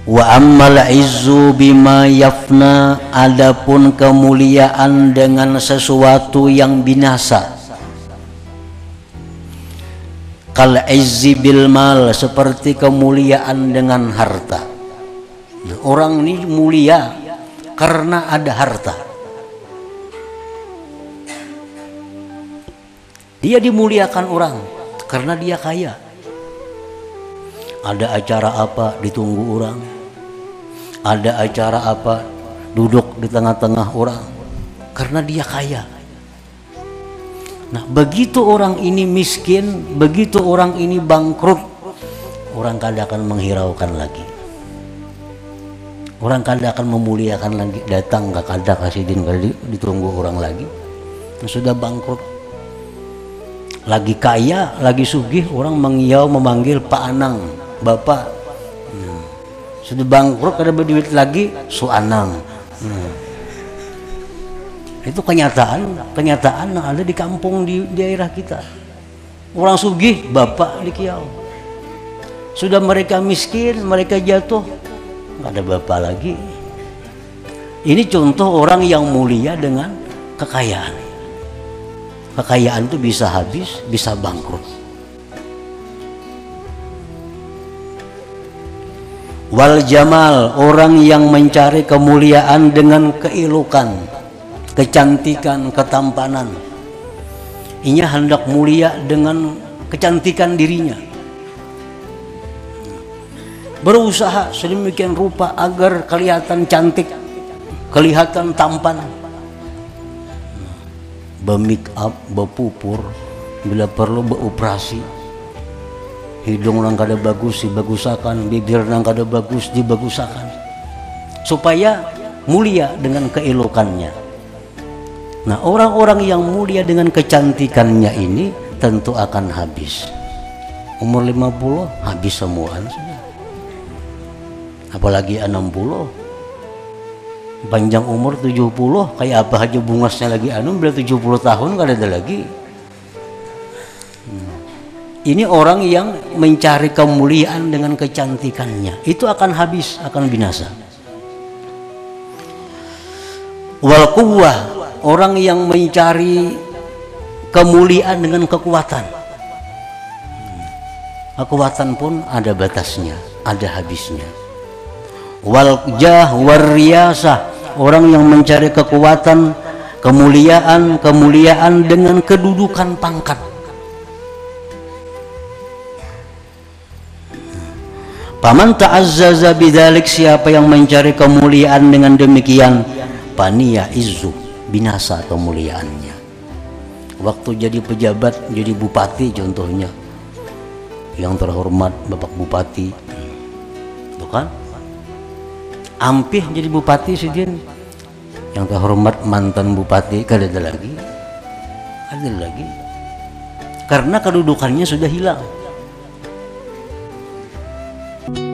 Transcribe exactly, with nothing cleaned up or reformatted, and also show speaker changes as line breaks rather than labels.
Wa ammal izzu bima yafna, adapun kemuliaan dengan sesuatu yang binasa. Kal izzi bil mal, seperti kemuliaan dengan harta. Nah, orang ini mulia karena ada harta. Dia dimuliakan orang karena dia kaya. Ada acara apa ditunggu orang, ada acara apa duduk di tengah-tengah orang karena dia kaya. Nah, begitu orang ini miskin, begitu orang ini bangkrut, orang kada akan menghiraukan lagi, orang kada akan memuliakan lagi. Datang gak kada kasih din ditunggu orang lagi. Nah, sudah bangkrut, lagi kaya, lagi sugih, orang mengiau memanggil Pak Anang, Bapak. Hmm. Sudah bangkrut, kada berduit lagi, Su Anang. Hmm. Itu kenyataan, kenyataan yang ada di kampung, di, di daerah kita. Orang sugih, Bapak di kiau. Sudah mereka miskin, mereka jatuh, nggak ada bapak lagi. Ini contoh orang yang mulia dengan kekayaan. Kekayaan itu bisa habis, bisa bangkrut. Wal jamal, orang yang mencari kemuliaan dengan keelokan, kecantikan, ketampanan. Ia hendak mulia dengan kecantikan dirinya, berusaha sedemikian rupa agar kelihatan cantik, kelihatan tampan, be-make up, bepupur, bila perlu beoperasi. Hidung nang kada bagus dibagusakan, bibir nang kada bagus dibagusakan, supaya mulia dengan keelokannya. Nah, orang-orang yang mulia dengan kecantikannya ini tentu akan habis. Umur lima puluh habis semuaan sudah. Apalagi enam puluh. Panjang umur tujuh puluh, kayak apa aja bungasnya lagi anu, bila tujuh puluh tahun kada ada lagi. Hmm. Ini orang yang mencari kemuliaan dengan kecantikannya, itu akan habis, akan binasa. Wal quwwah, orang yang mencari kemuliaan dengan kekuatan. Kekuatan pun ada batasnya, ada habisnya. Wal jah war riyasah, orang yang mencari kekuatan, kemuliaan, kemuliaan dengan kedudukan pangkat. Paman ta'azzaza bidzalik, siapa yang mencari kemuliaan dengan demikian, paniya izzu, binasa kemuliaannya. Waktu jadi pejabat, jadi bupati contohnya, yang terhormat Bapak Bupati, itu kan ampih jadi bupati sidin, yang terhormat mantan bupati kada ada lagi, ada lagi, karena kedudukannya sudah hilang.